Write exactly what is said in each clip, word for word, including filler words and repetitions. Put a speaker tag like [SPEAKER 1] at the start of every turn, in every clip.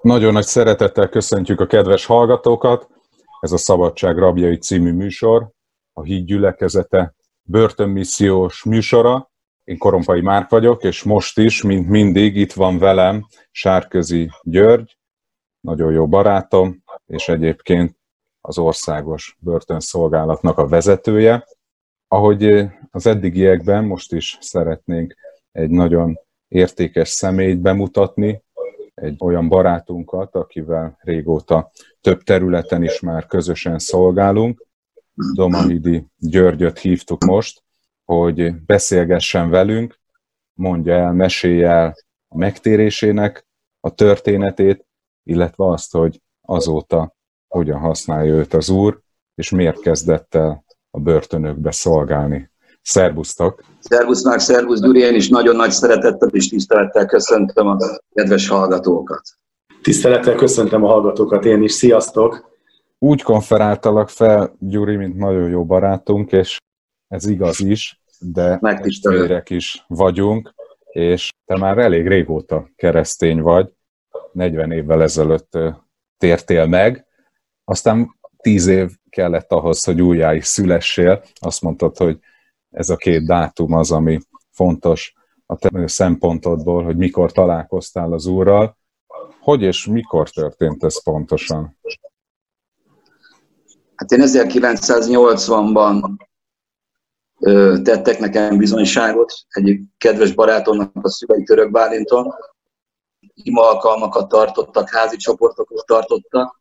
[SPEAKER 1] Nagyon nagy szeretettel köszöntjük a kedves hallgatókat. Ez a Szabadság rabjai című műsor, a Híd gyülekezete börtönmissziós műsora. Én Korompai Márk vagyok, és most is, mint mindig, itt van velem Sárközi György, nagyon jó barátom, és egyébként az országos börtönszolgálatnak a vezetője. Ahogy az eddigiekben, most is szeretnénk egy nagyon értékes személyt bemutatni, egy olyan barátunkat, akivel régóta több területen is már közösen szolgálunk. Domahidi Györgyöt hívtuk most, hogy beszélgessen velünk, mondja el, mesélje el a megtérésének a történetét, illetve azt, hogy azóta hogyan használja őt az Úr, és miért kezdett el a börtönökbe szolgálni. Szervusztok!
[SPEAKER 2] Szervusz Márk, szervusz Gyuri, én is nagyon nagy szeretettel és tisztelettel köszöntöm a kedves hallgatókat.
[SPEAKER 3] Tisztelettel köszöntöm a hallgatókat én is, sziasztok!
[SPEAKER 1] Úgy konferáltalak fel, Gyuri, mint nagyon jó barátunk, és ez igaz is, de testvérek is vagyunk, és te már elég régóta keresztény vagy, negyven évvel ezelőtt tértél meg, aztán tíz év kellett ahhoz, hogy újjá is szülessél. Azt mondtad, hogy ez a két dátum az, ami fontos a te szempontodból, hogy mikor találkoztál az Úrral. Hogy és mikor történt ez pontosan?
[SPEAKER 2] Hát én ezerkilencszáznyolcvanban ö, tettek nekem bizonyságot, egy kedves barátomnak a szülei Török Bálinton. Ima alkalmakat tartottak, házi csoportokat tartottak.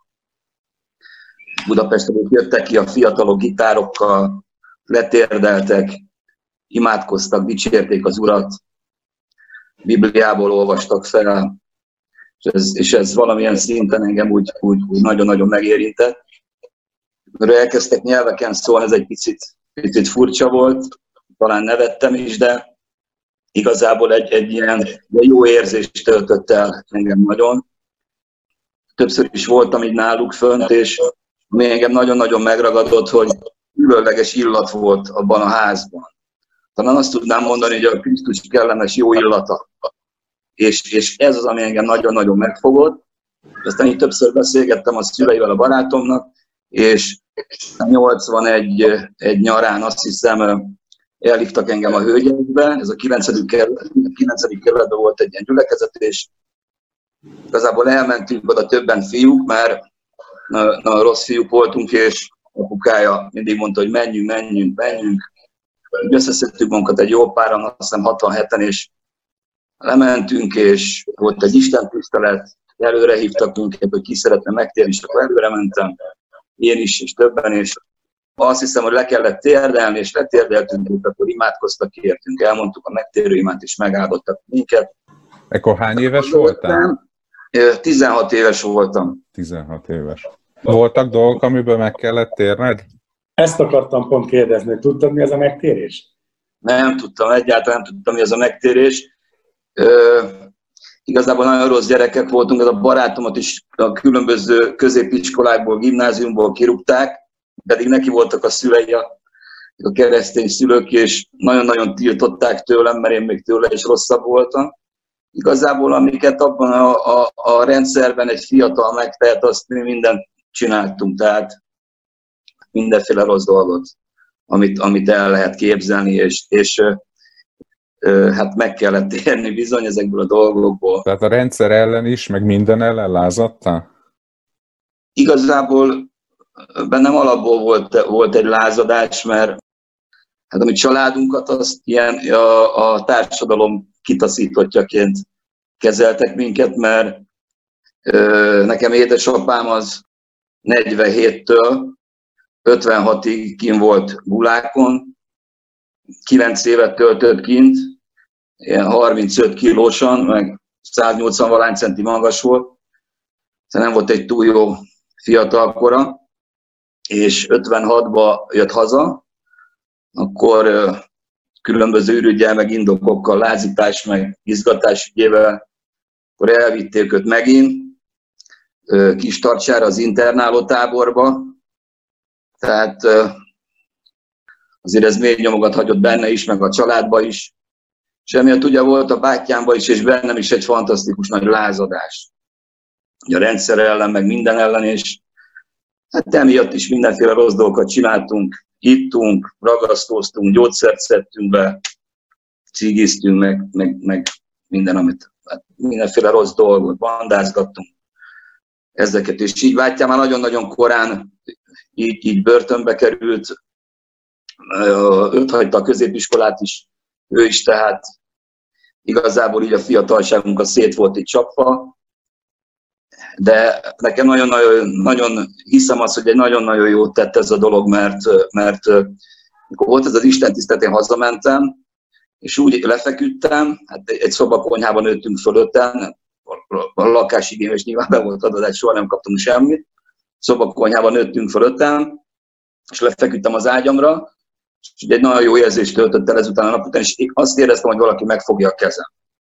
[SPEAKER 2] Budapestről jöttek ki a fiatalok gitárokkal, letérdeltek, imádkoztak, dicsérték az Urat, Bibliából olvastak fel, és ez, és ez valamilyen szinten engem úgy, úgy, úgy nagyon-nagyon megérintett. Mert elkezdtek nyelveken szólni, ez egy picit, picit furcsa volt, talán nevettem is, de igazából egy, egy ilyen jó érzést töltött el engem nagyon. Többször is voltam így náluk fönt, és ami engem nagyon-nagyon megragadott, hogy különleges illat volt abban a házban. Talán azt tudnám mondani, hogy a Krisztus kellemes jó illata. És, és ez az, ami engem nagyon-nagyon megfogott. Aztán így többször beszélgettem a szüleivel, a barátomnak, és nyolcvanegy egy nyarán azt hiszem elhívtak engem a Hölgyekbe, ez a kilencedik kerületben volt egy ilyen gyülekezet, és igazából elmentünk oda többen fiúk, mert na, na, rossz fiúk voltunk, és apukája mindig mondta, hogy menjünk, menjünk, menjünk. Összeszedtük magunkat egy jó páran, azt hiszem hatvanheten, és lementünk, és volt egy istentisztelet, előre hívtak minket, hogy ki szeretne megtérni, és akkor előre mentem, én is, és többen, és azt hiszem, hogy le kellett térdelni, és letérdeltünk, és akkor imádkoztak, értünk, elmondtuk a megtérő imát, és megáldottak minket.
[SPEAKER 1] Ekkor hány éves voltál?
[SPEAKER 2] tizenhat éves voltam.
[SPEAKER 1] tizenhat éves. Voltak dolgok, amiből meg kellett térned?
[SPEAKER 3] Ezt akartam pont kérdezni, tudtad, mi az a megtérés?
[SPEAKER 2] Nem tudtam, egyáltalán nem tudtam, mi az a megtérés. Ö, igazából nagyon rossz gyerekek voltunk, ez a barátomat is a különböző középiskolákból, gimnáziumból kirúgták, pedig neki voltak a szülei, a, a keresztény szülők, és nagyon-nagyon tiltották tőlem, mert én még tőle is rosszabb voltam. Igazából, amiket abban a, a, a rendszerben egy fiatal megtehet, azt mi mindent csináltunk, tehát mindenféle rossz dolgot, amit, amit el lehet képzelni, és, és ö, ö, hát meg kellett érni bizony ezekből a dolgokból.
[SPEAKER 1] Tehát a rendszer ellen is, meg minden ellen lázadtál?
[SPEAKER 2] Igazából bennem alapból volt, volt egy lázadás, mert hát a mi családunkat azt ilyen a, a társadalom kitaszítottjaként kezeltek minket, mert ö, nekem édesapám az negyvenhéttől ötvenhatig kint volt Gulákon, kilenc évet töltött kint, ilyen harmincöt kilósan, meg száznyolcvan valány centi magas volt, szóval nem volt egy túl jó fiatalkora, és ötvenhatban jött haza, akkor különböző ürüggyel, meg indokokkal, lázítás, meg izgatás ügyével, akkor elvitték őt megint Kistarcsára, az internálótáborba. Tehát azért ez mély nyomokat hagyott benne is, meg a családba is. És emiatt ugye volt a bátyámban is, és bennem is egy fantasztikus nagy lázadás. a rendszer ellen, meg minden ellen, és hát emiatt is mindenféle rossz dolgokat csináltunk, ittunk, ragasztóztunk, gyógyszert szedtünk be, cigiztünk, meg, meg, meg minden, amit, hát mindenféle rossz dolgot, bandázgattunk ezeket, és így Bátyám már nagyon-nagyon korán így, így börtönbe került, őt hagyta a középiskolát is, ő is, tehát igazából így a fiatalságunkat szét volt itt csapva, de nekem nagyon-nagyon nagyon hiszem azt, hogy egy nagyon-nagyon jót tett ez a dolog, mert, mert amikor volt ez az istentisztelet, én hazamentem, és úgy lefeküdtem, hát egy szobakonyhában nőttünk fölötten, a lakásigényes nyilván be volt adva, de soha nem kaptunk semmit, szobakonyhában nőttünk fölötten, és lefeküdtem az ágyamra, és egy nagyon jó érzést töltött el ezután a nap után, és azt éreztem, hogy valaki megfogja a kezem.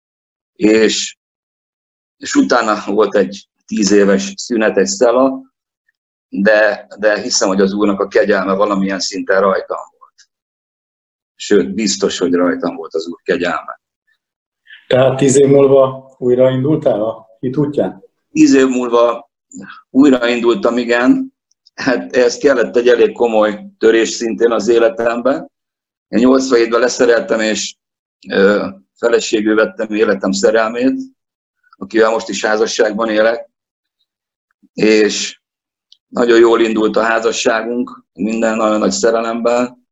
[SPEAKER 2] És, és utána volt egy tíz éves szünet, egy szela, de, de hiszem, hogy az Úrnak a kegyelme valamilyen szinten rajtam volt. Sőt, biztos, hogy rajtam volt az Úr kegyelme.
[SPEAKER 3] Tehát tíz év múlva újraindultál a hit útján?
[SPEAKER 2] Tíz év múlva újraindultam, igen. Hát ehhez kellett egy elég komoly törés szintén az életemben. Én nyolcvanhétben leszereltem, és ö, feleségül vettem életem szerelmét, akivel most is házasságban élek. És nagyon jól indult a házasságunk, minden nagyon nagy szerelemben.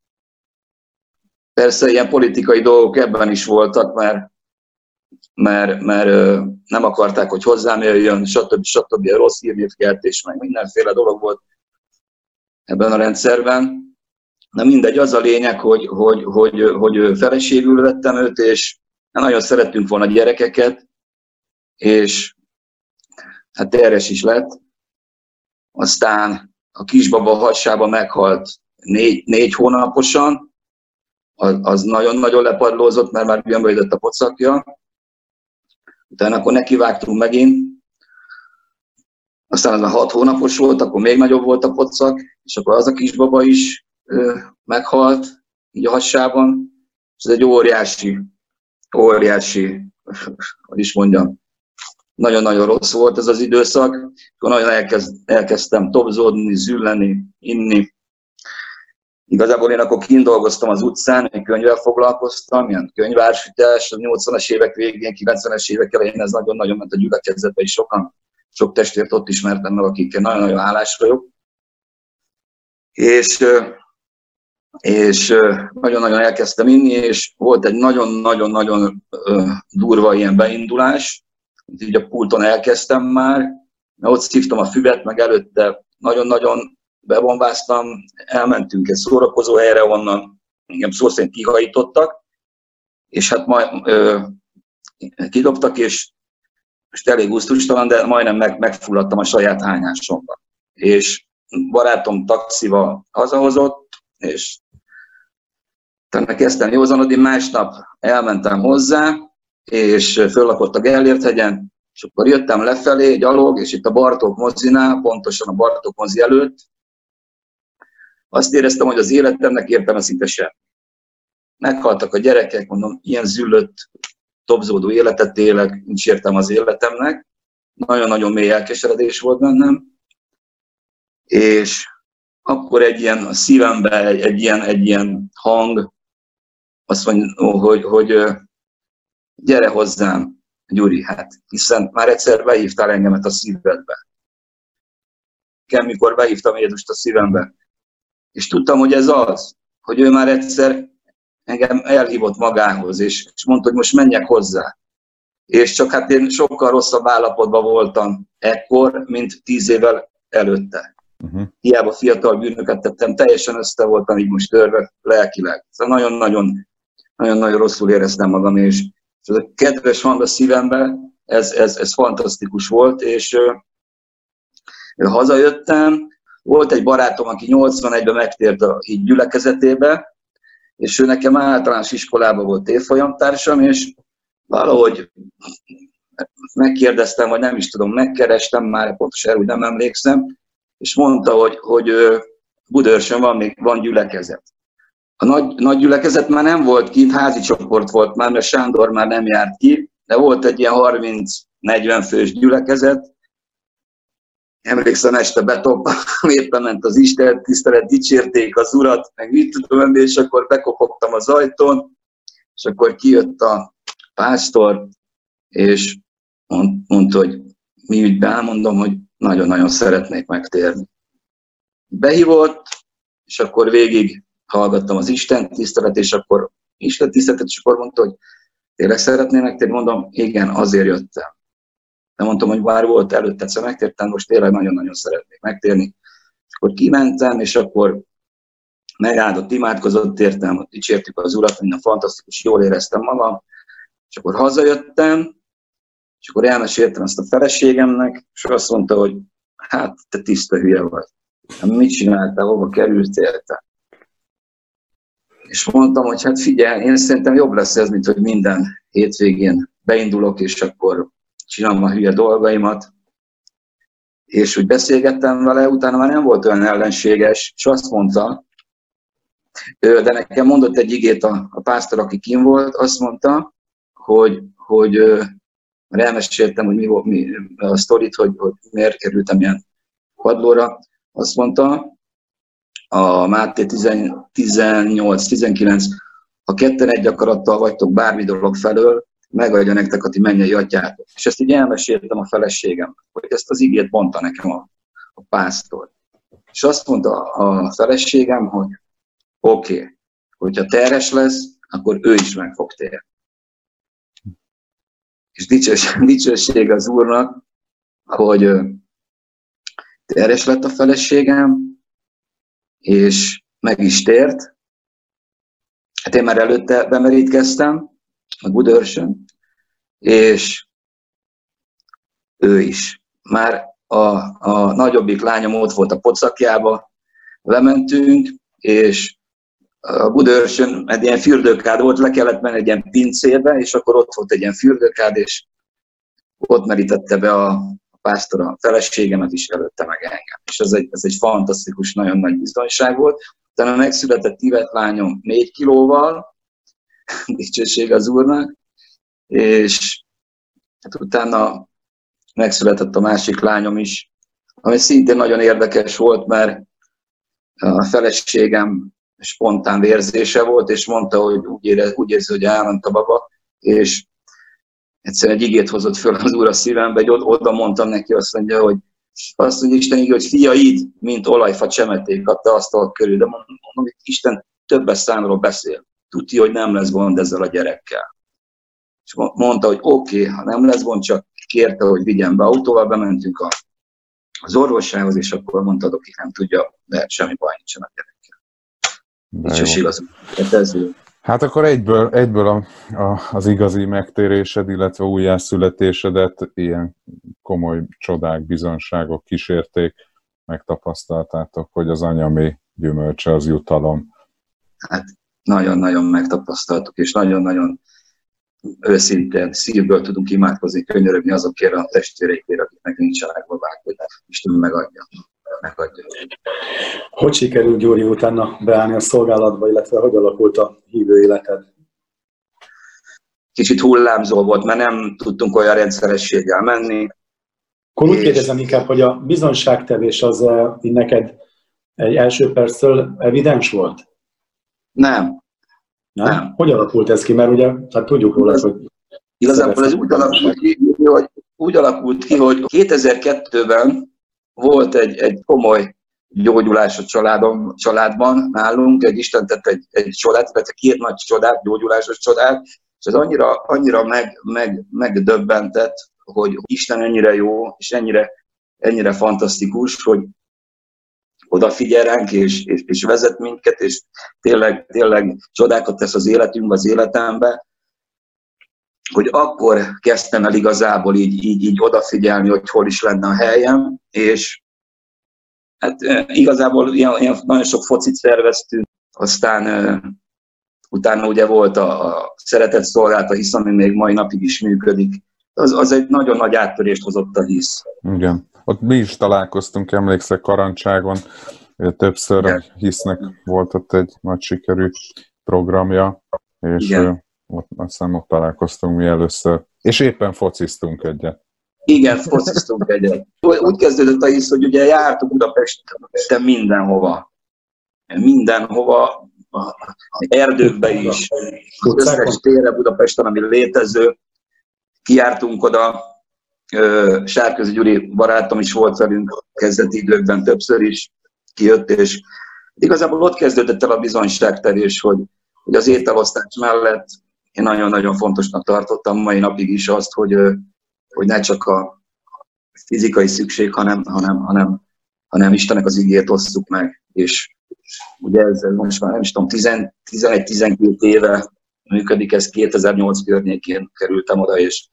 [SPEAKER 2] Persze ilyen politikai dolgok ebben is voltak, mert, mert, mert ö, nem akarták, hogy hozzám jöjjön, stb. stb. Rossz hírnévkeltés, meg mindenféle dolog volt ebben a rendszerben. De mindegy, az a lényeg, hogy, hogy, hogy, hogy feleségül vettem őt, és nagyon szerettünk volna gyerekeket, és hát terhes is lett. Aztán a kisbaba hassába meghalt négy, négy hónaposan, az, az nagyon-nagyon lepadlózott, mert már jönbe jött a pocakja. Utána akkor nekivágtunk megint, aztán az már hat hónapos volt, akkor még nagyobb volt a pocak, és akkor az a kisbaba is ö, meghalt, így a hassában. És ez egy óriási, óriási, hogy is mondjam, nagyon-nagyon rossz volt ez az időszak. Akkor nagyon elkezd, elkezdtem tobzódni, zülleni, inni. Igazából én akkor kint dolgoztam az utcán, egy könyvvel foglalkoztam, ilyen könyvársütés, a nyolcvanas évek végén, kilencvenes évek elején ez nagyon-nagyon ment a gyülekezetbe, és sokan, sok testvért ott ismertem meg, akikkel nagyon-nagyon hálás vagyok. És, és nagyon-nagyon elkezdtem inni, és volt egy nagyon-nagyon-nagyon durva ilyen beindulás, így a pulton elkezdtem már, mert ott szívtam a füvet, meg előtte nagyon-nagyon bebombáztam, elmentünk egy szórakozó helyre, onnan engem szó szerint kihajítottak, és hát majd ö, kidobtak, és most elég gusztustalan, de majdnem meg, megfulladtam a saját hányásomba. És barátom taxival hazahozott, és utána kezdtem józanodni, másnap elmentem hozzá, és föllakott a Gellért-hegyen, és akkor jöttem lefelé, gyalog, és itt a Bartók mozinál, pontosan a Bartók mozi előtt, azt éreztem, hogy az életemnek értelme szinte semmi. Meghaltak a gyerekek, mondom, ilyen züllött, tobzódó életet élek, nincs értelme az életemnek. Nagyon-nagyon mély elkeseredés volt bennem. És akkor egy ilyen a szívemben egy, egy, ilyen, egy ilyen hang, azt mondja, hogy, hogy gyere hozzám, Gyuri, hát, hiszen már egyszer behívtál engemet a szívedbe. Nekem, mikor behívtam Jézust a szívembe. És tudtam, hogy ez az, hogy ő már egyszer engem elhívott magához, és, és mondta, hogy most menjek hozzá. És csak hát én sokkal rosszabb állapotban voltam ekkor, mint tíz évvel előtte. Uh-huh. Hiába fiatal bűnöket tettem, teljesen össze voltam így most törve lelkileg. Szóval nagyon-nagyon, nagyon-nagyon rosszul éreztem magam, és, és ez a kedves hang a szívemben, ez, ez, ez fantasztikus volt, és ö, hazajöttem. Volt egy barátom, aki nyolcvanegyben megtért a híd gyülekezetébe, és ő nekem általános iskolában volt évfolyamtársam, és valahogy megkérdeztem, vagy nem is tudom, megkerestem, már pontosan úgy nem emlékszem, és mondta, hogy, hogy Budaörsön van, még van gyülekezet. A nagy, nagy gyülekezet már nem volt kint, házi csoport volt már, mert Sándor már nem járt ki, de volt egy ilyen harminc-negyven fős gyülekezet, emlékszem, este betoptam, éppen ment az Isten tisztelet, dicsérték az Urat, meg mit tudom, és akkor bekopogtam az ajtón, és akkor kijött a pásztor, és mondta, hogy mi ügyben, elmondom, hogy nagyon-nagyon szeretnék megtérni. Behívott, és akkor végig hallgattam az Isten tisztelet, és akkor Isten tiszteletet, és akkor mondta, hogy tényleg szeretnél megtérni? Mondom, igen, azért jöttem. De mondtam, hogy már volt előtte, egyszer megtértem, most tényleg nagyon-nagyon szeretnék megtérni. És akkor kimentem, és akkor megáldott, imádkozott, értem, hogy dicsértük az Urat, minden fantasztikus, jól éreztem magam, és akkor hazajöttem, és akkor elmeséltem ezt a feleségemnek, és azt mondta, hogy hát, te tiszta hülye vagy. Hát mit csináltál, hova kerültél te? És mondtam, hogy hát figyelj, én szerintem jobb lesz ez, mint hogy minden hétvégén beindulok, és akkor csinálom a hülye dolgaimat. És úgy beszélgettem vele, utána már nem volt olyan ellenséges, és azt mondta, de nekem mondott egy igét a, a pásztor, aki kim volt, azt mondta, hogy, hogy mert elmeséltem, hogy mi volt mi, a sztorit, hogy, hogy miért kerültem ilyen padlóra, azt mondta, a Máté tizennyolc tizenkilenc, ha ketten egy akarattal vagytok bármi dolog felől, megadja nektek a ti mennyei atyátok. És ezt így elmeséltem a feleségem, hogy ezt az igét mondta nekem a, a pásztor. És azt mondta a feleségem, hogy oké, okay, hogyha terhes lesz, akkor ő is meg fog térni. És dicsőség, dicsőség az Úrnak, hogy terhes lett a feleségem, és meg is tért. Hát én már előtte bemerítkeztem a Budaörsön, és ő is. Már a, a nagyobbik lányom ott volt a pocakjába, lementünk, és a Budaörsön egy ilyen fürdőkád volt, le kellett menni egy ilyen pincébe, és akkor ott volt egy ilyen fürdőkád, és ott merítette be a, a pásztor a feleségemet is, előtte meg engem. És ez egy, ez egy fantasztikus, nagyon nagy bizonyság volt. Utána megszületett Ivett lányom négy kilóval, dicsőség az Úrnak, és hát utána megszületett a másik lányom is, ami szintén nagyon érdekes volt, mert a feleségem spontán vérzése volt, és mondta, hogy úgy, érez, úgy érzi, hogy elment a baba, és egyszerűen egy igét hozott föl az Úr a szívembe, hogy oda mondtam neki, azt mondja, hogy azt mondja Isten igé, hogy fiaid, mint olajfa csemeték a te asztal körül, de mondom, hogy Isten többes számról beszél. Tudja, hogy nem lesz gond ezzel a gyerekkel. És mondta, hogy oké, okay, ha nem lesz gond, csak kérte, hogy vigyen be autóval, bementünk a, az orvossához, és akkor mondta, hogy nem tudja, de semmi baj nincsen a gyerekkel. Dicsőség az Úr.
[SPEAKER 1] Hát akkor egyből, egyből a, a, az igazi megtérésed, illetve újjászületésedet ilyen komoly csodák, bizonságok kísérték, megtapasztaltátok, hogy az anyami gyümölcse az jutalom.
[SPEAKER 2] Hát nagyon-nagyon megtapasztaltuk, és nagyon-nagyon őszintén szívből tudunk imádkozni, könyörögni azokért a testvéreikért, akiknek nincsenek babák, hogy Isten megadja. megadja.
[SPEAKER 3] Hogy sikerült, Gyuri, utána beállni a szolgálatba, illetve hogy alakult a hívő életed?
[SPEAKER 2] Kicsit hullámzó volt, mert nem tudtunk olyan rendszerességgel menni.
[SPEAKER 3] Akkor úgy kérdezem inkább, hogy a bizonyságtevés az így neked egy első perctől evidens volt?
[SPEAKER 2] Nem.
[SPEAKER 3] Nem? Nem. Hogy alakult ez ki? Mert ugye, hát tudjuk róla, hogy...
[SPEAKER 2] Igazából ez úgy alakult ki, hogy, úgy alakult ki, hogy kétezer-kettőben volt egy, egy komoly gyógyulás a családom, családban nálunk, egy Isten tett egy, egy csodát, illetve két nagy csodát, gyógyulásos csodát, és ez annyira, annyira meg, meg, megdöbbentett, hogy Isten ennyire jó, és ennyire, ennyire fantasztikus, hogy odafigyel ránk, és, és, és vezet minket, és tényleg, tényleg csodákat tesz az életünkbe, az életembe, hogy akkor kezdtem el igazából így, így, így odafigyelni, hogy hol is lenne a helyem, és hát igazából ilyen, ilyen nagyon sok focit szerveztünk, aztán uh, utána ugye volt a, a szeretett szolgálata hisz, ami még mai napig is működik. Az, az egy nagyon nagy áttörést hozott a hisz.
[SPEAKER 1] Igen. Ott mi is találkoztunk, emlékszek, Karancságon, többször a hisznek volt ott egy nagy sikerű programja, és igen. Ott, aztán ott találkoztunk mi először. És éppen fociztunk egyet.
[SPEAKER 2] Igen, fociztunk egyet. Úgy kezdődött a hisz, hogy ugye jártunk Budapesten mindenhova. Mindenhova, erdőkbe is, összes térre Budapesten, ami létező. Kijártunk oda, Sárközi Gyuri barátom is volt velünk kezdeti időkben többször is, kijött, és igazából ott kezdődött el a bizonyságtevés, hogy, hogy az ételosztás mellett én nagyon-nagyon fontosnak tartottam mai napig is azt, hogy, hogy ne csak a fizikai szükség, hanem, hanem, hanem, hanem Istennek az igét osszuk meg. És ugye ez most már nem is tudom, tizenegy-tizenkét éve működik, ez kétezer-nyolc környékén kerültem oda, és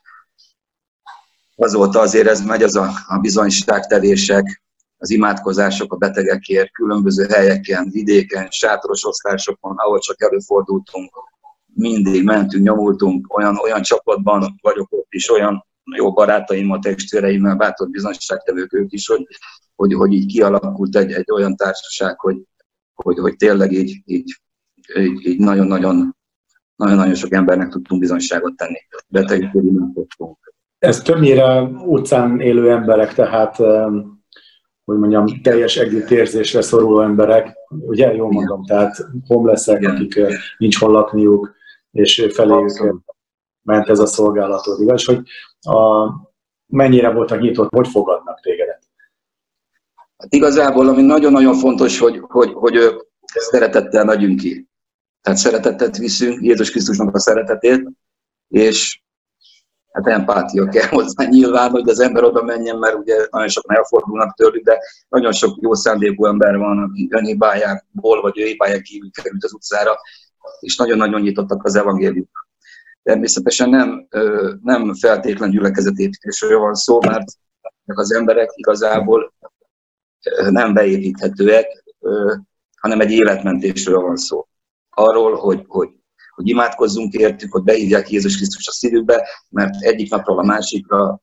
[SPEAKER 2] azóta azért ez megy, az a, a bizonyságtevések, az imádkozások a betegekért, különböző helyeken, vidéken, sátoros osztásokon, ahol csak előfordultunk, mindig mentünk, nyomultunk, olyan, olyan csapatban vagyok ott is, olyan jó barátaimmal, testvéreimmel, bátor bizonyságtevők ők is, hogy, hogy, hogy így kialakult egy, egy olyan társaság, hogy, hogy, hogy tényleg így, így, így, így nagyon-nagyon, nagyon-nagyon sok embernek tudtunk bizonyságot tenni. Betegekért imádkoztunk.
[SPEAKER 3] Ez többnyire utcán élő emberek, tehát hogy mondjam, teljes együttérzésre szoruló emberek, ugye, jól mondom, tehát homelessek, akik nincs hol lakniuk, és feléjük ment ez a szolgálatod, igaz? Hogy a, mennyire voltak nyitott, hogy fogadnak tégedet?
[SPEAKER 2] Hát igazából, ami nagyon-nagyon fontos, hogy, hogy, hogy ők szeretettel megyünk ki. Tehát szeretetet viszünk, Jézus Krisztusnak a szeretetét, és hát empátia kell hozzá nyilván, hogy az ember oda menjen, mert ugye nagyon sokan elfordulnak tőlük, de nagyon sok jó szándékú ember van, aki önhibájából vagy ő hibáján kívül került az utcára, és nagyon-nagyon nyitottak az evangéliumra. Természetesen nem, nem feltétlen gyülekezetépítésről van szó, mert az emberek igazából nem beépíthetőek, hanem egy életmentésről van szó. Arról, hogy, hogy, hogy imádkozzunk értük, hogy beívják Jézus Krisztus a szívükbe, mert egyik napról a másikra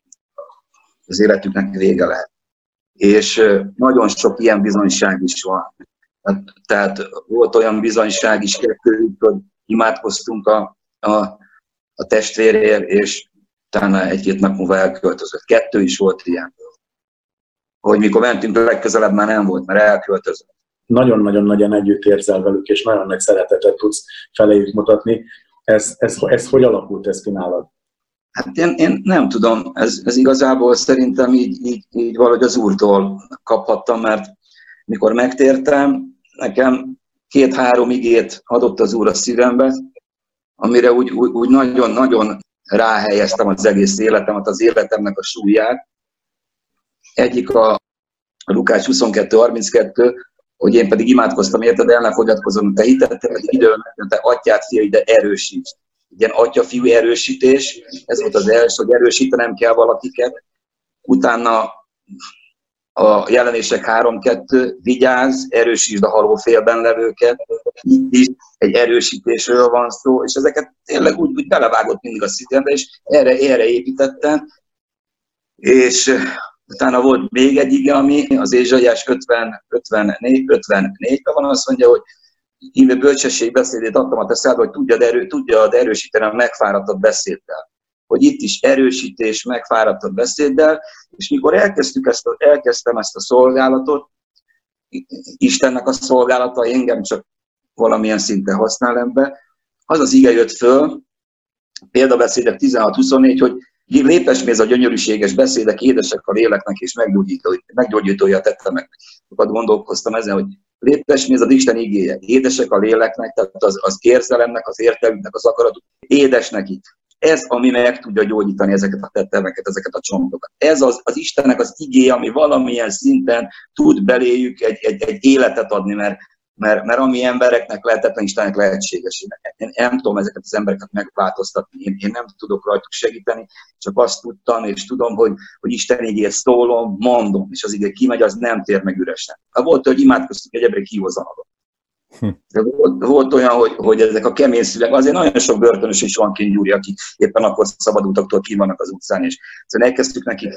[SPEAKER 2] az életüknek vége lehet. És nagyon sok ilyen bizonyság is van. Tehát volt olyan bizonyság is kettőjük, hogy imádkoztunk a, a, a testvérért, és utána egy-két nap múlva elköltözött. Kettő is volt ilyen. Hogy mikor mentünk legközelebb, már nem volt, mert elköltözött.
[SPEAKER 3] Nagyon-nagyon-nagyon együtt érzel velük, és nagyon nagy szeretetet tudsz feléjük mutatni. Ez, ez, ez hogy alakult ez ki nálad?
[SPEAKER 2] Hát én, én nem tudom, ez, ez igazából szerintem így, így, így valahogy az Úrtól kaphattam, mert mikor megtértem, nekem két-három igét adott az Úr a szívembe, amire úgy, úgy, úgy nagyon-nagyon ráhelyeztem az egész életemet, az életemnek a súlyát. Egyik a Lukács huszonkettő harminckettő, hogy én pedig imádkoztam, érted, el ne fogyatkozom, te hitetted, hogy időmet, te atyát, fia, ide erősíts. Ilyen atya-fiú erősítés, ez volt az első, hogy erősítenem kell valakiket. Utána a Jelenések három kettő, vigyázz, erősítsd a haló félben levőket. Itt is egy erősítésről van szó, és ezeket tényleg úgy, úgy belevágott mindig a szívembe, és erre, erre építettem. És utána volt még egy ige, ami az Ézsaiás ötven ötvennégyben van, azt mondja, hogy íme bölcsesség beszédét adtam a te szádba, hogy tudjad, erő, tudjad erősíteni a megfáradtabb beszéddel. Hogy itt is erősítés megfáradtabb beszéddel, és mikor elkezdtük ezt a, elkezdtem ezt a szolgálatot, Istennek a szolgálata engem csak valamilyen szinten használ ebbe, az az ige jött föl, példabeszédek tizenhat huszonnégy, hogy lépes méz a gyönyörűséges beszédek, édesek a léleknek, és meggyógyítója a tettemeknek. Sokat gondolkoztam ezen, hogy lépes méz az Isten igéje, édesek a léleknek, tehát az, az érzelemnek, az értelmünknek, az akaratuk, édes neki. Ez, ami meg tudja gyógyítani ezeket a tettemeket, ezeket a csontokat. Ez az, az Istennek az igéje, ami valamilyen szinten tud beléjük egy, egy, egy életet adni, mert Mert, mert ami embereknek lehetetlen, Istennek lehetséges. Én nem tudom ezeket az embereket megváltoztatni, én, én nem tudok rajtuk segíteni, csak azt tudtam, és tudom, hogy, hogy Isten igét szólom, mondom, és az igé kimegy, az nem tér meg üresen. Volt, hogy imádkoztunk, egy emberek kihozzanak. De volt, volt olyan, hogy, hogy ezek a kemény szülek, azért nagyon sok börtönös is van kint, Gyuri, akik éppen akkor szabadultaktól ki vannak az utcán, és szóval elkezdtük neki,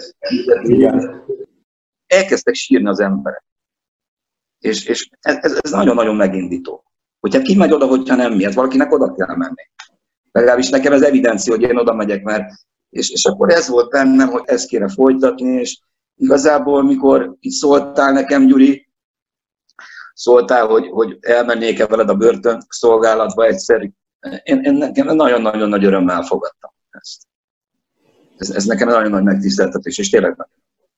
[SPEAKER 2] elkezdtek sírni az emberek. És, és ez, ez nagyon-nagyon megindító. Hogyha ki megy oda, hogyha nem miért, valakinek oda kell menni. Legalábbis nekem ez evidencia, hogy én oda megyek, mert És, és akkor ez volt bennem, hogy ezt kéne folytatni, és igazából, mikor itt szóltál nekem, Gyuri, szóltál, hogy, hogy elmennék-e veled a börtön szolgálatba egyszer, én, én nekem nagyon-nagyon nagy örömmel fogadtam ezt. Ez, ez nekem nagyon nagy megtiszteltetés, és tényleg nagy.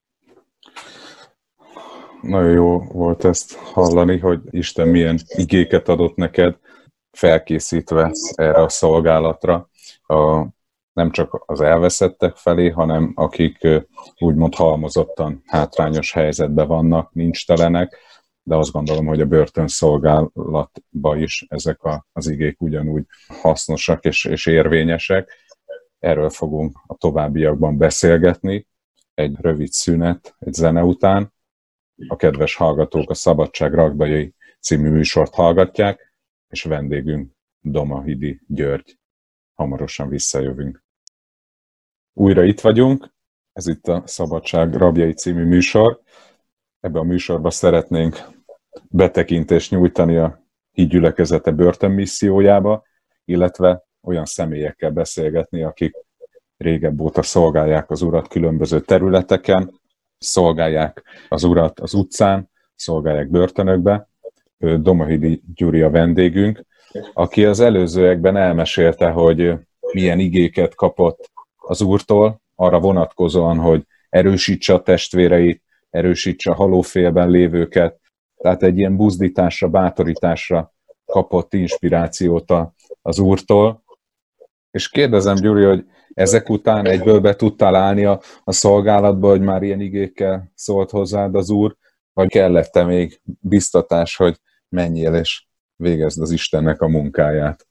[SPEAKER 1] Nagyon jó volt ezt hallani, hogy Isten milyen igéket adott neked, felkészítve erre a szolgálatra, a, nem csak az elveszettek felé, hanem akik úgymond halmozottan hátrányos helyzetben vannak, nincs telenek, de azt gondolom, hogy a börtönszolgálatban is ezek a, az igék ugyanúgy hasznosak és, és érvényesek. Erről fogunk a továbbiakban beszélgetni. Egy rövid szünet, egy zene után. A kedves hallgatók a Szabadság Rakbajai című műsort hallgatják, és vendégünk Domahidi György. Hamarosan visszajövünk. Újra itt vagyunk, ez itt a Szabadság Rabjai című műsor. Ebben a műsorban szeretnénk betekintést nyújtani a hídgyülekezete börtönmissziójába, illetve olyan személyekkel beszélgetni, akik régebb óta szolgálják az Urat különböző területeken, szolgálják az Urat az utcán, szolgálják börtönökbe. Domahidi Gyuri a vendégünk, aki az előzőekben elmesélte, hogy milyen igéket kapott az Úrtól, arra vonatkozóan, hogy erősítse a testvéreit, erősítse a halófélben lévőket, tehát egy ilyen buzdításra, bátorításra kapott inspirációt az Úrtól. És kérdezem, Gyuri, hogy ezek után egyből be tudtál állni a, a szolgálatba, hogy már ilyen igékkel szólt hozzád az Úr, vagy kellett-e még biztatás, hogy menjél és végezd az Istennek a munkáját?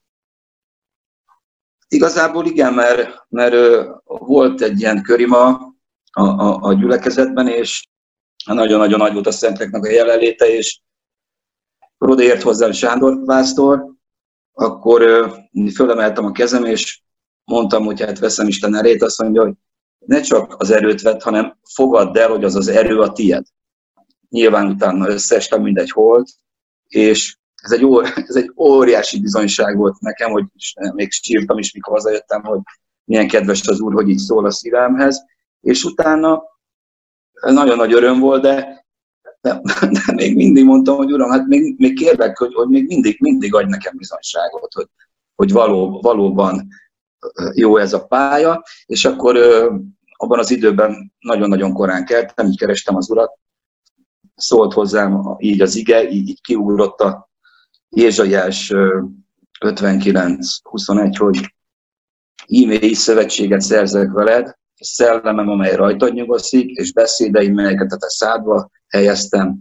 [SPEAKER 2] Igazából igen, mert, mert volt egy ilyen körima a, a, a gyülekezetben, és nagyon-nagyon nagy volt a szenteknek a jelenléte, és odaért hozzám Sándor pásztor, akkor fölemeltem a kezem, és mondtam, hogy hát veszem Isten erét, azt mondja, hogy ne csak az erőt vedd, hanem fogadd el, hogy az az erő a tied. Nyilván utána összeestem, mindegy holt, és ez egy, ó, ez egy óriási bizonyság volt nekem, hogy még sírtam is, mikor hazajöttem, hogy milyen kedves az Úr, hogy így szól a szívemhez, és utána nagyon nagy öröm volt, de, de, de még mindig mondtam, hogy Uram, hát még, még kérlek, hogy, hogy még mindig, mindig adj nekem bizonyságot, hogy, hogy való, valóban jó ez a pálya, és akkor abban az időben nagyon-nagyon korán keltem, így kerestem az Urat, szólt hozzám így az ige, így, így kiugrott a Jézsaiás ötvenkilenc huszonegy, hogy íme is szövetséget szerzek veled, és szellemem, amely rajtad nyugszik, és beszédeim, melyeket a te szádba helyeztem,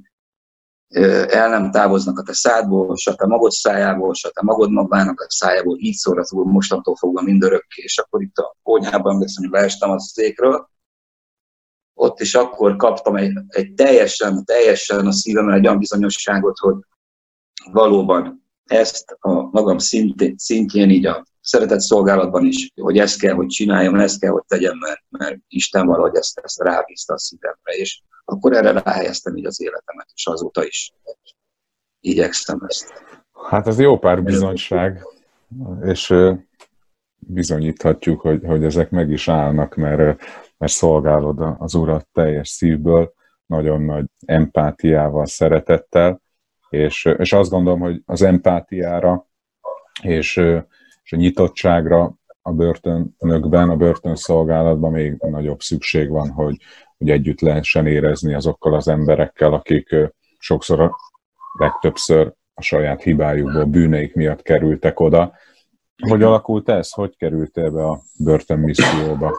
[SPEAKER 2] el nem távoznak a te szádból, s a te magod szájából, s a te magod magának a szájából, így szól az Úr mostantól fogva mindörökké. És akkor itt a konyhában emlékszem, hogy leestem a székről, ott is akkor kaptam egy, egy teljesen, teljesen a szívemre egy olyan bizonyosságot, hogy valóban ezt a magam szintén, szintjén így a szeretett szolgálatban is, hogy ezt kell, hogy csináljam, ezt kell, hogy tegyem, mert, mert Isten valahogy ezt, ezt rábízta a szívemre, és akkor erre ráhelyeztem így az életemet, és azóta is igyekszem ezt.
[SPEAKER 1] Hát ez jó pár bizonyság, és bizonyíthatjuk, hogy, hogy ezek meg is állnak, mert, mert szolgálod az Urat teljes szívből, nagyon nagy empátiával, szeretettel, és, és azt gondolom, hogy az empátiára és, és a nyitottságra a börtönökben, a börtönszolgálatban még nagyobb szükség van, hogy, hogy együtt lehessen érezni azokkal az emberekkel, akik sokszor, legtöbbször a saját hibájukból, bűneik miatt kerültek oda. Hogy alakult ez? Hogy kerültél be a börtönmisszióba?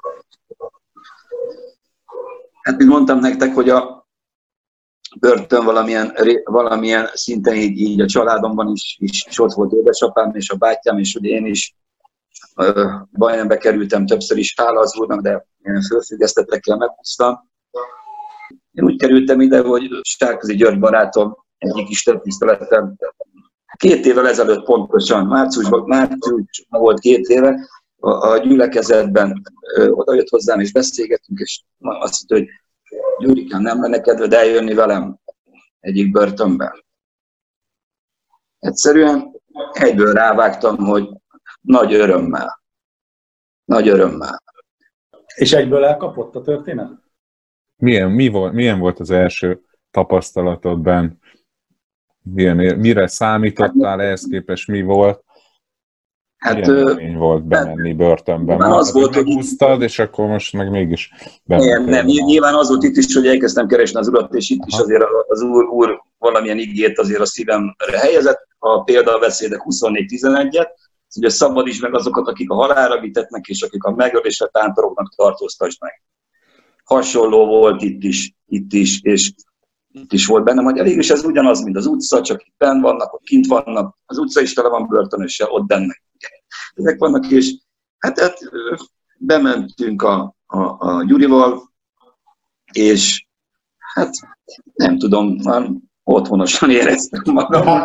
[SPEAKER 2] Hát, mint mondtam nektek, hogy a börtön valamilyen, valamilyen szinten így, így a családomban is, is, is ott volt édesapám és a bátyám, és ugye én is bajnembe kerültem többször is, hála az Úrnak, de én fölfüggesztettekkel meghúztam. Én úgy kerültem ide, hogy Sárközi György barátom, egyik Isten tiszteletem, két évvel ezelőtt pontosan, márciusban, márciusban volt két éve, a, a gyülekezetben oda jött hozzám, és beszélgettünk, és azt mondta, hogy Gyurikám, nem lenne kedved eljönni velem egyik börtönben. Egyszerűen egyből rávágtam, hogy nagy örömmel. Nagy örömmel.
[SPEAKER 3] És egyből elkapott a történet?
[SPEAKER 1] Milyen, mi volt, milyen volt az első tapasztalatodban? Milyen, mire számítottál, ehhez képest mi volt? Hát, milyen élmény volt bemenni börtönbe?
[SPEAKER 2] Már az volt, hogy
[SPEAKER 1] megúsztad, és akkor most meg mégis
[SPEAKER 2] bementél. Nem, nem, nyilván az volt itt is, hogy elkezdtem keresni az urat, és itt Aha. is azért az úr, úr valamilyen igét azért a szívemre helyezett, a példabeszédek huszonnégy tizenegyet, hogy szabadíts meg azokat, akik a halálra vitetnek, és akik a megölésre tántorognak, tartóztasd meg. Hasonló volt itt is, itt is, és itt is volt bennem, hogy elég, és ez ugyanaz, mint az utca, csak itt benn vannak, ott kint vannak, az utca is tele van börtönössel, ott bennek. Ezek vannak, és hát, hát bementünk a, a, a Gyurival, és hát nem tudom, már otthonosan éreztem magam.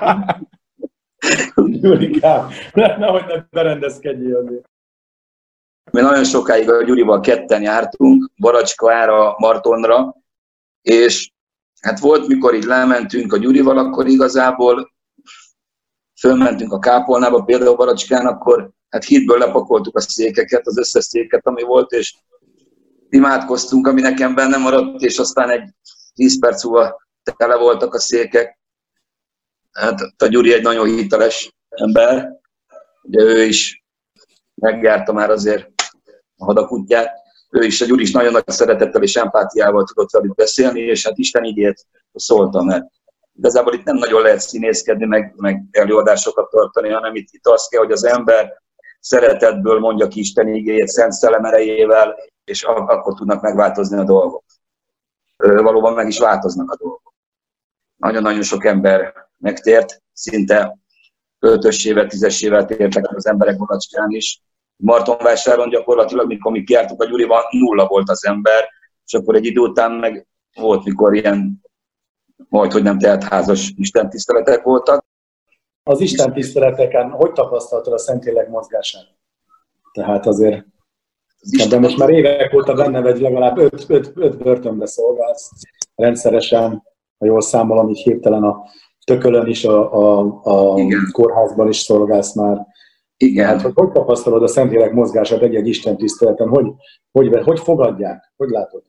[SPEAKER 3] Gyurikám, nehogy ne berendezkedjél azért.
[SPEAKER 2] Mi nagyon sokáig a Gyurival ketten jártunk, Baracskára, Martonra, és hát volt, mikor így lementünk a Gyurival, akkor igazából fölmentünk a kápolnába, például Baracskán, akkor hát hídből lepakoltuk a székeket, az összes széket, ami volt, és imádkoztunk, ami nekem benne maradt, és aztán egy tíz perc múlva tele voltak a székek. Hát a Gyuri egy nagyon hiteles ember, ugye ő is megjárta már azért a hadakutyát, ő is, a Gyuri is nagyon nagy szeretettel és empátiával tudott velük beszélni, és hát Isten igét szóltam, mert igazából itt nem nagyon lehet színészkedni, meg, meg előadásokat tartani, hanem itt, itt az kell, hogy az ember szeretetből mondja ki Isten igéjét, Szent Szellem erejével, és akkor tudnak megváltozni a dolgok. Valóban meg is változnak a dolgok. Nagyon-nagyon sok ember megtért, szinte ötösével, tízesével tértek az emberek Baracskán is. Martonvásáron gyakorlatilag, mikor mi kijártuk a Gyurival, nulla volt az ember, és akkor egy idő után meg volt, mikor ilyen majdhogy nem teltházas istentiszteletek voltak.
[SPEAKER 3] Az istentiszteleteken hogy tapasztaltad a Szentlélek mozgását? Tehát azért, de most már évek óta benne vagy, legalább öt, öt, öt börtönbe szolgálsz rendszeresen, ha jól számolom, így hirtelen a Tökölön is, a, a, a kórházban is szolgálsz már.
[SPEAKER 2] Igen.
[SPEAKER 3] Hát, hogy, hogy tapasztalod a Szentlélek mozgását egy-egy istentiszteleten? Hogy, hogy, hogy fogadják? Hogy látod?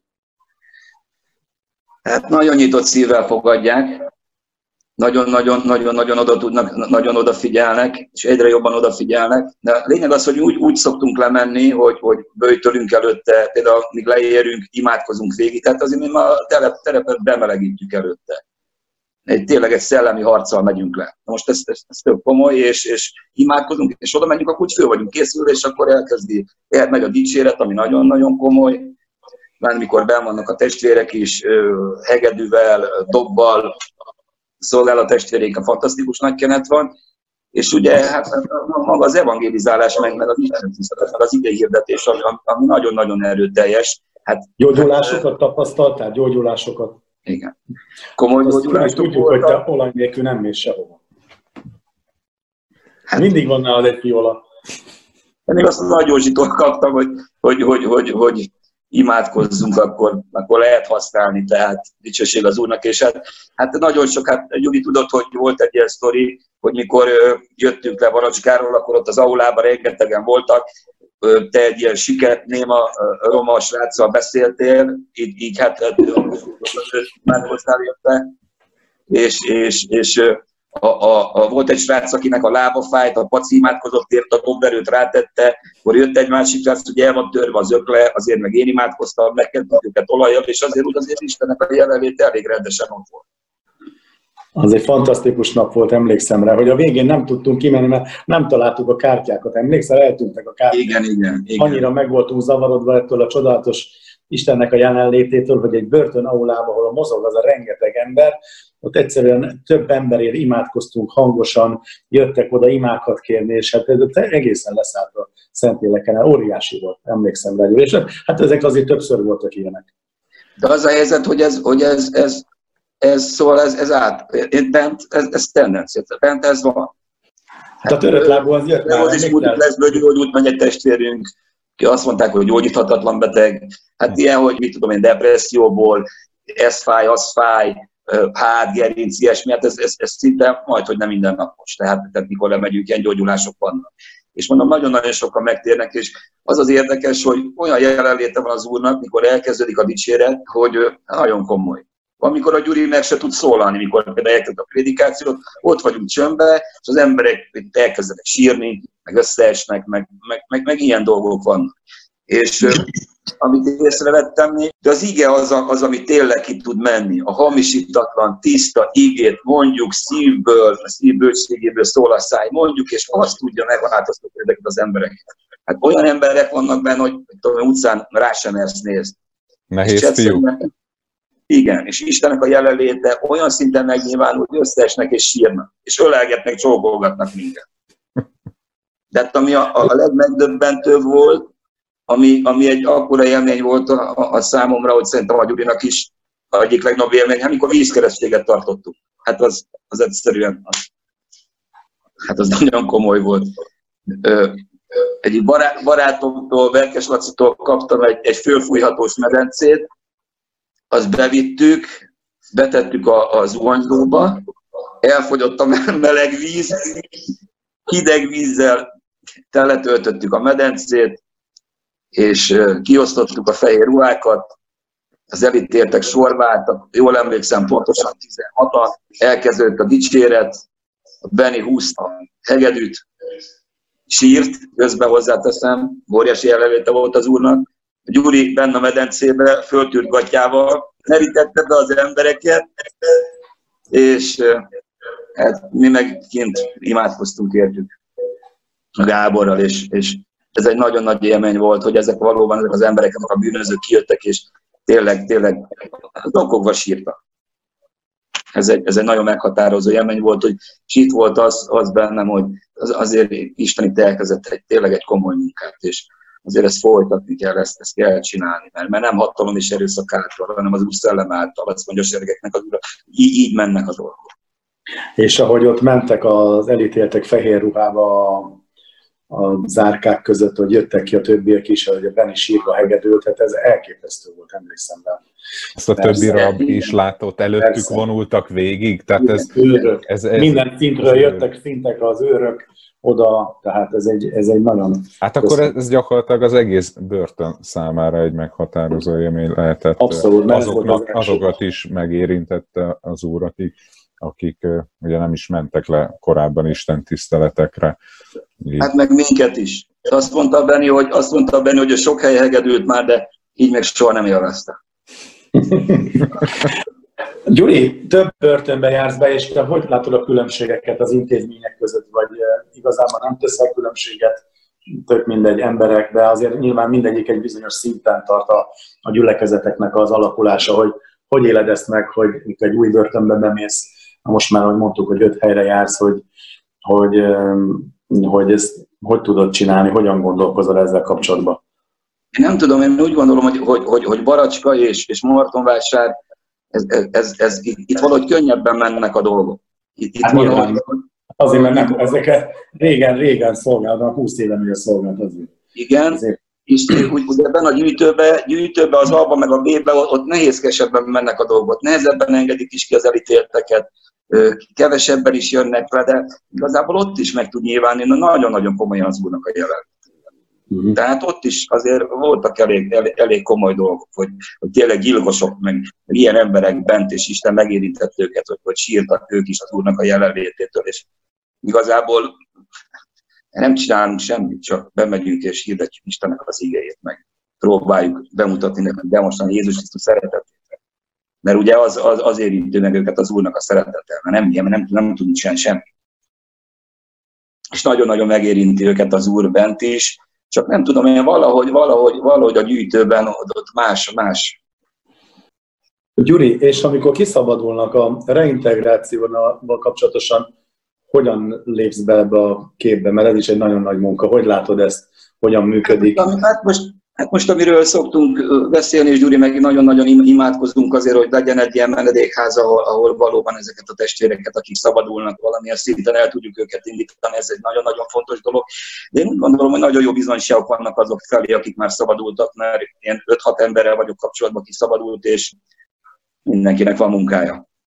[SPEAKER 2] Hát nagyon nyitott szívvel fogadják, nagyon-nagyon-nagyon oda tudnak, nagyon odafigyelnek, és egyre jobban odafigyelnek. De a lényeg az, hogy úgy, úgy szoktunk lemenni, hogy, hogy böjtölünk előtte, például míg leérünk, imádkozunk végig, tehát azért mi ma a telep, terepet bemelegítjük előtte. Egy, tényleg egy szellemi harccal megyünk le. Most ez, ez, ez tök komoly, és, és imádkozunk, és oda megyünk, akkor úgy föl vagyunk készülve, és akkor elkezdi, el megy a dicséret, ami nagyon-nagyon komoly. Már mikor benn vannak a testvérek is, hegedűvel, dobbal, szolgál a testvérénk, a fantasztikus nagy kenet van, és ugye hát maga az evangélizálás, meg, meg az istentisztelet, meg az igehirdetés, ami, ami nagyon-nagyon erőteljes. Hát,
[SPEAKER 3] gyógyulásokat hát, tapasztaltál? Gyógyulásokat?
[SPEAKER 2] Igen. Komoly gyógyulások
[SPEAKER 3] tudjuk, voltak. Hogy te olaj nélkül nem mész sehova. Hát, mindig van nálad egy viola.
[SPEAKER 2] Én még azt a Nagy Józsitól kaptam, hogy, hogy, hogy, hogy, hogy imádkozzunk, akkor, akkor lehet használni, tehát dicsőség az Úrnak, és hát, hát nagyon sok, hát Gyuri tudott, hogy volt egy ilyen sztori, hogy mikor ö, jöttünk le Baracskáról, akkor ott az aulában rengetegen voltak, ö, te egy ilyen siket, néma, ö, roma sráccal beszéltél, így, így hát már hoztál jötte, és, és, és A, a, a, volt egy srác, akinek a lába fájt, a paci imádkozott, ért a dobverőt rátette, akkor jött egy másik srác, hogy el van törve az ökle, azért meg én imádkoztam, megkezdtük őket olajjal, és azért úgy azért Istennek a jelenlét elég rendesen ott volt.
[SPEAKER 3] Az egy fantasztikus nap volt, emlékszem rá, hogy a végén nem tudtunk kimenni, mert nem találtuk a kártyákat. Emlékszel, eltűntek a kártyák.
[SPEAKER 2] Igen, igen, igen.
[SPEAKER 3] Annyira meg voltunk zavarodva ettől a csodálatos Istennek a jelenlététől, hogy egy börtön aulában, ahol mozog az a rengeteg ember, ott egyszerűen több emberért imádkoztunk hangosan, jöttek oda imákat kérni, és hát egészen leszállt a Szentléleken, óriási volt, emlékszem rá. És hát ezek azért többször voltak ilyenek.
[SPEAKER 2] De az a helyzet, hogy ez, hogy ez, ez, ez szóval ez, ez át, bent, ez, ez tendencia, bent ez van.
[SPEAKER 3] Hát, a törött lábú az jött már.
[SPEAKER 2] Az is úgy lesz, hogy gyógyult meg egy testvérünk, ki azt mondták, hogy gyógyíthatatlan beteg. Hát ilyen, hogy mit tudom én, depresszióból, ez fáj, az fáj, hát, gerinc, ilyesmi, hát ez, ez, ez szinte majd, hogy nem mindennapos. Tehát, tehát mikor lemegyünk, ilyen gyógyulások vannak. és mondom, nagyon-nagyon sokan megtérnek, és az az érdekes, hogy olyan jelenléte van az Úrnak, mikor elkezdődik a dicséret, hogy nagyon komoly. Amikor a Gyuri meg se tud szólalni, mikor például elkezd a prédikációt, ott vagyunk csömbbe, és az emberek elkezdenek sírni, meg összeesnek, meg, meg, meg, meg ilyen dolgok vannak. És amit észrevettem, de az ige az, a, az, ami tényleg ki tud menni. A hamisítatlan, tiszta igét mondjuk szívből, a szív bölcsségéből szól a száj, mondjuk, és azt tudja megváltoztatni ezeket az embereket. Hát olyan emberek vannak benne, hogy tudom, utcán rá sem mersz nézni.
[SPEAKER 1] Nehéz fiú.
[SPEAKER 2] Igen, és Istennek a jelenléte olyan szinten megnyilvánul, hogy összeesnek és sírnak, és ölelgetnek, csókolgatnak minket. De hát ami a, a legmegdöbbentőbb volt, ami, ami egy akkora élmény volt a, a, a számomra, hogy szerintem a Gyurinak is egyik legnagyobb élmény, amikor vízkeresztséget tartottuk. Hát az, az egyszerűen, az, hát az nagyon komoly volt. Ö, egy bará, barátomtól, Verkes Lacitól kaptam egy, egy fölfújhatós medencét, azt bevittük, betettük a, a zuhanyzóba, elfogyott a meleg víz, hideg vízzel teletöltöttük a medencét, és kiosztottuk a fehér ruhákat, az elítéltek sorba álltak, jól emlékszem, pontosan tizenhatan, elkezdődött a dicséret, a Benni húzta a hegedűt, sírt, közben hozzáteszem, óriási jelenléte volt az Úrnak, a Gyuri benne a medencébe, föltűrt gatyával, merítette be az embereket, és hát mi meg kint imádkoztunk értük a Gáborral, és, és ez egy nagyon nagy élmény volt, hogy ezek valóban ezek az emberek, a bűnözők kijöttek, és tényleg, tényleg zokogva sírtak. Ez egy, ez egy nagyon meghatározó élmény volt, hogy és itt volt az, az bennem, hogy az, azért Isten itt elkezdett egy, tényleg egy komoly munkát, és azért ezt folytatni kell, ezt, ezt kell csinálni, mert, mert nem hatalom és erőszak által, hanem az Úr szellem által, azt mondja a seregeknek az Úr, így, így mennek az dolgok.
[SPEAKER 3] És ahogy ott mentek az elítéltek fehér ruhába a, a zárkák között, hogy jöttek ki a többiek is, hogy a Benni sírva hegedült, hát ez elképesztő volt, emlékszem rá.
[SPEAKER 1] Ezt a többi rab is látott, előttük persze. Vonultak végig, tehát ez, ez, ez...
[SPEAKER 3] Minden szintről jöttek szintek az őrök oda, tehát ez egy, ez egy nagyon...
[SPEAKER 1] Hát akkor ez, ez gyakorlatilag az egész börtön számára egy meghatározó élmény lehetett.
[SPEAKER 3] Abszolút,
[SPEAKER 1] azoknak, az azokat is megérintette az Úr, akik, akik ugye nem is mentek le korábban Isten tiszteletekre. Így.
[SPEAKER 2] Hát meg minket is. Azt mondta Benni, hogy, azt mondta Benni, hogy sok hely hegedült már, de így meg soha nem élvezte.
[SPEAKER 3] Gyuri, több börtönbe jársz be, és te hogy látod a különbségeket az intézmények között, vagy igazából nem teszel különbséget, tök mindegy emberek, de azért nyilván mindegyik egy bizonyos szinten tart a, a gyülekezeteknek az alakulása, hogy hogy éled ezt meg, hogy mikor egy új börtönbe bemész, most már, ahogy mondtuk, hogy öt helyre jársz, hogy, hogy, hogy ezt hogy tudod csinálni, hogyan gondolkozol ezzel kapcsolatban?
[SPEAKER 2] Én nem tudom, én úgy gondolom, hogy, hogy, hogy, hogy Baracska és, és Martonvásár, ez, ez, ez, ez, itt valahogy könnyebben mennek a dolgok. Itt, itt
[SPEAKER 3] hát valahogy, azért, mert nem, ezeket régen-régen szolgálnak, húsz éve még a szolgált azért.
[SPEAKER 2] Igen, azért. És úgy, ugye ebben a gyűjtőbe, gyűjtőbe, az A-ba meg a B-be, ott nehézkesebben mennek a dolgok, nehezebben engedik is ki az elítélteket, kevesebben is jönnek le, de igazából ott is meg tud nyilvánulni, nagyon-nagyon komolyan az Úrnak a jelen. Uh-huh. Tehát ott is azért voltak elég, elég, elég komoly dolgok, hogy, hogy tényleg gyilkosok, meg ilyen emberek bent, és Isten megérintett őket, hogy, hogy sírtak ők is az Úrnak a jelenlététől, és igazából nem csinálunk semmit, csak bemegyünk és hirdetjük Istennek az igéjét, meg próbáljuk bemutatni nekik, demonstrálni Jézus Krisztus szeretetét. Mert ugye az, az, az érinti meg őket az Úrnak a szeretete, mert nem ilyen, nem, nem tudunk csinálni semmit. És nagyon-nagyon megérinti őket az Úr bent is, csak nem tudom, én valahogy, valahogy, valahogy a gyűjtőben ott más, más.
[SPEAKER 3] Gyuri, és amikor kiszabadulnak a reintegrációval kapcsolatosan, hogyan lépsz be ebbe a képbe? Mert ez is egy nagyon nagy munka. Hogy látod ezt? Hogyan működik?
[SPEAKER 2] Hát most, hát most amiről szoktunk beszélni, és Gyuri, meg nagyon-nagyon imádkozunk azért, hogy legyen egy ilyen menedékház, ahol, ahol valóban ezeket a testvéreket, akik szabadulnak valamilyen szinten, el tudjuk őket indítani, ez egy nagyon-nagyon fontos dolog. De én úgy gondolom, hogy nagyon jó bizonyságok vannak azok felé, akik már szabadultak, mert ilyen öt-hat emberrel vagyok kapcsolatban, aki szabadult, és mindenkinek van munkája.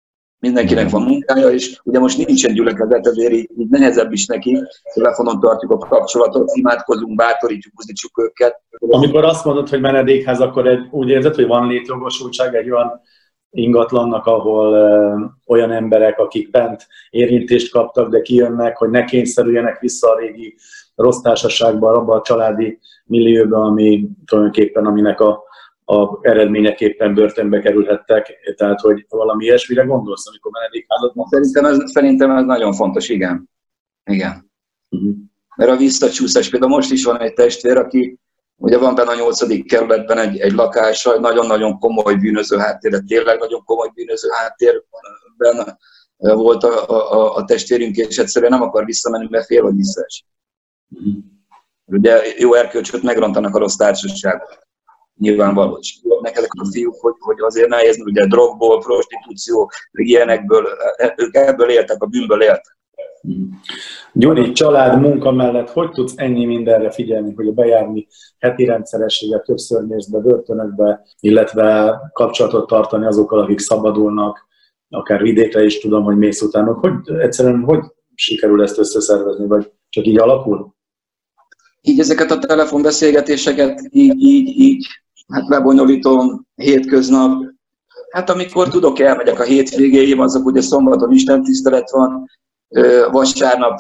[SPEAKER 2] Mindenkinek van munkája, és ugye most nincsen gyülekezet, ezért így, így nehezebb is neki. Telefonon tartjuk a kapcsolatot, imádkozunk, bátorítjuk, buzdítsuk őket.
[SPEAKER 3] Amikor azt mondod, hogy menedékház, akkor egy, úgy érzed, hogy van létjogosultság egy olyan ingatlannak, ahol ö, olyan emberek, akik bent érintést kaptak, de kijönnek, hogy ne kényszerüljenek vissza a régi rossz társaságba, abba a családi millióba, ami tulajdonképpen aminek a a eredményeképpen börtönbe kerülhettek, tehát hogy valami ilyesmire gondolsz, amikor menedékházat mondtad?
[SPEAKER 2] Szerintem ez, szerintem ez nagyon fontos, igen. Igen. Uh-huh. Mert a visszacsúszás, például most is van egy testvér, aki ugye van benne a nyolcadik kerületben egy, egy lakása, nagyon-nagyon komoly bűnöző háttérre, tényleg nagyon komoly bűnöző háttérben volt a, a, a testvérünk, és egyszerűen nem akar visszamenni, mert fél, hogy visszaesik. Uh-huh. Ugye jó erkölcsöt megrontanak a rossz társaságot. Nyilvánvaló, és tudnak ezek a fiúk, hogy, hogy azért nehéz, ugye drogból, prostitúció, ilyenekből, ők ebből éltek, a bűnből éltek.
[SPEAKER 3] Gyuri, család, munka mellett hogy tudsz ennyi mindenre figyelni, hogy a bejárni heti rendszerességet, többször mész be börtönökbe, illetve kapcsolatot tartani azokkal, akik szabadulnak, akár vidékre is tudom, hogy mész utánok. Hogy egyszerűen hogy sikerül ezt összeszervezni, vagy csak így alakul?
[SPEAKER 2] Így ezeket a telefonbeszélgetéseket így, így, így, hát lebonyolítom hétköznap. Hát amikor tudok, elmegyek a hétvégéim, azok ugye szombaton istentisztelet van, vasárnap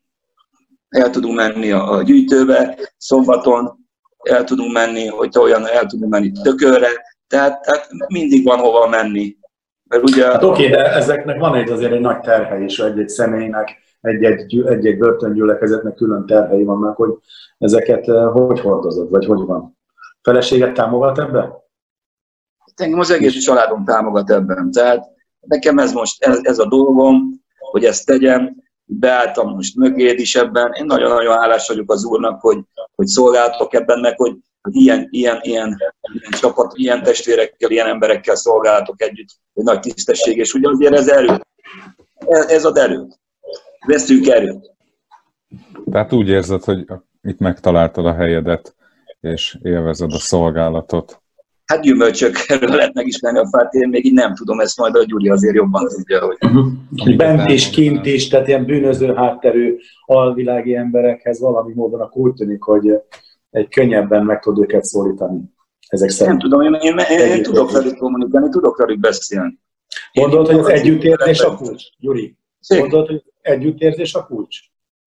[SPEAKER 2] el tudunk menni a gyűjtőbe, szombaton el tudunk menni, hogyha olyan, el tudunk menni Tökölre, tehát, tehát mindig van hova menni. Mert ugye...
[SPEAKER 3] Hát oké, de ezeknek van egy azért egy nagy terhe is egy-egy személynek, egy-egy börtöngyülekezetnek külön terhei vannak, hogy ezeket hogy hordozod, vagy hogy van? Feleséget támogat ebben?
[SPEAKER 2] Engem az egész családom támogat ebben. Tehát nekem ez most ez, ez a dolgom, hogy ezt tegyem, beálltam most mögéd is ebben. Én nagyon-nagyon hálás vagyok az Úrnak, hogy, hogy szolgáltok ebben, meg hogy, hogy ilyen, ilyen, ilyen, ilyen csapat, ilyen testvérekkel, ilyen emberekkel szolgáltok együtt. Egy nagy tisztesség, és ugye azért ez erő. Ez, ez ad erőt. Veszünk erőt.
[SPEAKER 1] Tehát úgy érzed, hogy itt megtaláltad a helyedet, és élvezed a szolgálatot.
[SPEAKER 2] Hát gyümölcsökről lehet megismerni a fát, én még így nem tudom, ezt majd a Gyuri azért jobban tudja, hogy...
[SPEAKER 3] Uh-huh. Bent és kint is, tehát ilyen bűnöző hátterű alvilági emberekhez valami módon akkor úgy tűnik, hogy egy könnyebben meg tud őket szólítani. Ezek szerint.
[SPEAKER 2] Nem tudom, én, én, én, én tudok velük kommunikálni, tudok velük beszélni.
[SPEAKER 3] Gondolod, hogy az együttérzés a kulcs, Gyuri? Gondolod, hogy együttérzés a kulcs?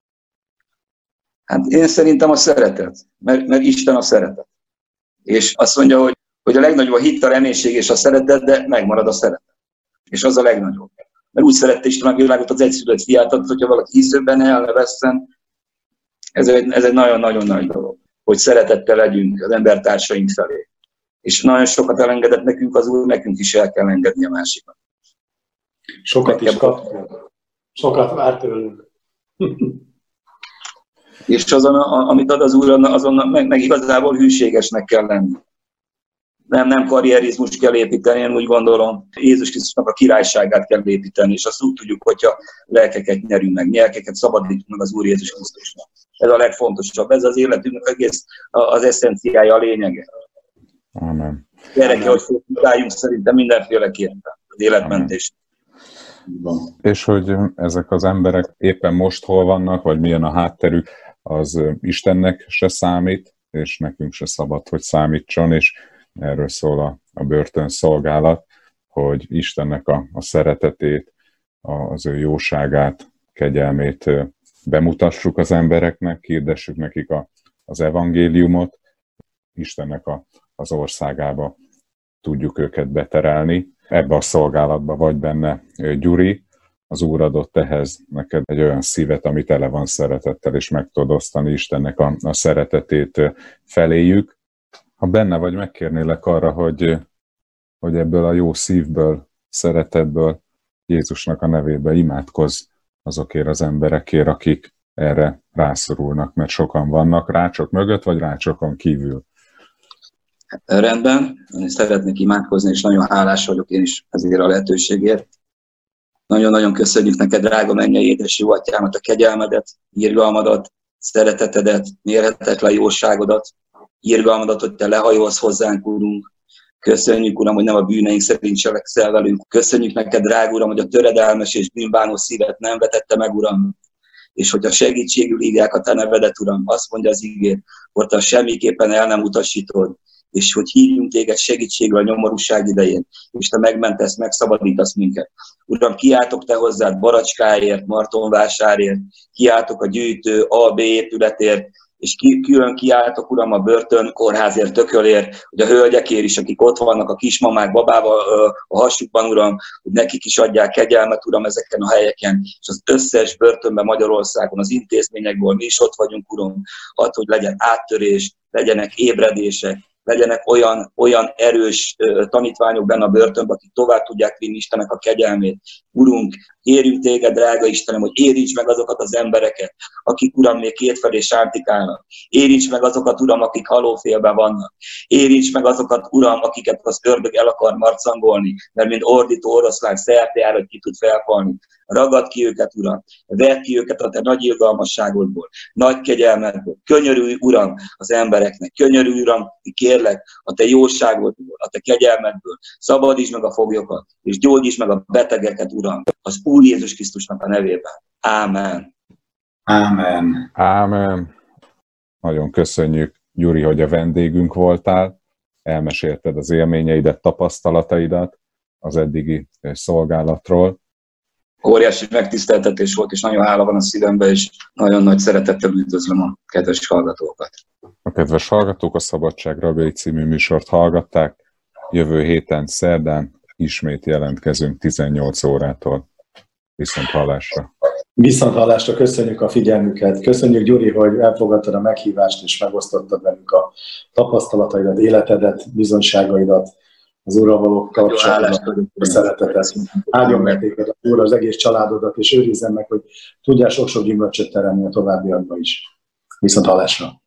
[SPEAKER 2] Hát én szerintem a szeretet, mert, mert Isten a szeretet. És azt mondja, hogy, hogy a legnagyobb a hit, a reménység és a szeretet, de megmarad a szeretet. És az a legnagyobb. Mert úgy szerette Isten a világot, az egyszülött fiát, hogyha valaki hisz benne, el ne vesszen. Ez egy, ez egy nagyon-nagyon nagy dolog, hogy szeretettel legyünk az embertársaink felé. És nagyon sokat elengedett nekünk az Úr, nekünk is el kell engedni a másikat.
[SPEAKER 3] Sokat is kaptunk. Sokat vár tőlünk.
[SPEAKER 2] És azon, amit ad az Úr, azon meg, meg igazából hűségesnek kell lenni. Nem, nem karrierizmus kell építeni, én úgy gondolom, Jézus Krisztusnak a királyságát kell építeni, és azt úgy tudjuk, hogyha lelkeket nyerünk meg, nyelkeket szabadítunk meg az Úr Jézus Krisztusnak. Ez a legfontosabb, ez az életünknek egész az eszenciája, a lényege.
[SPEAKER 1] Amen.
[SPEAKER 2] Erre kell, hogy fókuszáljunk szerintem mindenféleképpen az életmentést.
[SPEAKER 1] És hogy ezek az emberek éppen most hol vannak, vagy milyen a hátterük, az Istennek se számít, és nekünk se szabad, hogy számítson, és erről szól a, a börtönszolgálat, hogy Istennek a, a szeretetét, az ő jóságát, kegyelmét bemutassuk az embereknek, hirdessük nekik a, az evangéliumot, Istennek a, az országába tudjuk őket beterelni. Ebbe a szolgálatba vagy benne, Gyuri, az Úr adott ehhez neked egy olyan szívet, ami tele van szeretettel, és meg tudod osztani Istennek a, a szeretetét feléjük. Ha benne vagy, megkérnélek arra, hogy, hogy ebből a jó szívből, szeretetből Jézusnak a nevében imádkozz azokért az emberekért, akik erre rászorulnak, mert sokan vannak rácsok mögött, vagy rácsokon kívül.
[SPEAKER 2] Rendben, én szeretnék imádkozni, és nagyon hálás vagyok én is ezért a lehetőségért. Nagyon-nagyon köszönjük neked, drága mennyei édes jó atyámat, a kegyelmedet, irgalmadat, szeretetedet, mérhetetlen jóságodat, irgalmadat, hogy te lehajolsz hozzánk, Úrunk. Köszönjük, Uram, hogy nem a bűneink szerint cselekszel velünk. Köszönjük neked, drága Uram, hogy a töredelmes és bűnbánó szívet nem vetette meg, Uram. És hogyha segítségül hívják a te nevedet, Uram, azt mondja az igéd, hogy te semmiképpen el nem utasítod, és hogy hívjunk téged segítségre a nyomorúság idején, és te megmentesz, megszabadítasz minket. Uram, kiáltok te hozzád Baracskáért, Martonvásárért, kiáltok a gyűjtő á bé épületért, és külön kiáltok, Uram, a börtön kórházért, Tökölért, hogy a hölgyekért is, akik ott vannak, a kismamák babával a hasukban, Uram, hogy nekik is adják kegyelmet, Uram, ezeken a helyeken, és az összes börtönben Magyarországon, az intézményekből mi is ott vagyunk, Uram, add, hogy legyen áttörés, legyenek ébredések, legyenek olyan, olyan erős uh, tanítványok benne a börtönben, akik tovább tudják vinni Istennek a kegyelmét. Urunk, kérjük téged, drága Istenem, hogy érints meg azokat az embereket, akik, Uram, még kétfelé sántikálnak. Érints meg azokat, Uram, akik halófélben vannak. Érints meg azokat, Uram, akiket az ördög el akar marcangolni, mert mint ordító oroszlán szerte jár, hogy ki tud felfalni. Ragad ki őket, Uram, vedd ki őket a te nagy irgalmasságodból, nagy kegyelmedből. Könyörülj, Uram, az embereknek. Könyörülj, Uram, kérlek, a te jóságodból, a te kegyelmedből. Szabadítsd meg a foglyokat, és gyógyítsd meg a betegeket, Uram, az Úr Jézus Krisztusnak a nevében. Ámen.
[SPEAKER 3] Ámen.
[SPEAKER 1] Ámen. Nagyon köszönjük, Gyuri, hogy a vendégünk voltál, elmesélted az élményeidet, tapasztalataidat az eddigi szolgálatról.
[SPEAKER 2] Óriási megtiszteltetés volt, és nagyon hála van a szívemben, és nagyon nagy szeretettel üdvözlöm a kedves hallgatókat.
[SPEAKER 1] A kedves hallgatók a Szabadság Rabjai című műsort hallgatták. Jövő héten szerdán ismét jelentkezünk tizennyolc órától. Viszont hallásra.
[SPEAKER 3] Viszont hallásra, köszönjük a figyelmüket. Köszönjük, Gyuri, hogy elfogadtad a meghívást, és megosztottad velünk a tapasztalataidat, életedet, bizonyságaidat, az Úrral való kapcsolatodat, a szeretetet. Áldjon meg téged az Úr, az egész családodat, és őrizzen meg, hogy tudjál sok-sok gyümölcsöt teremni a továbbiakban is. Viszont hallásra.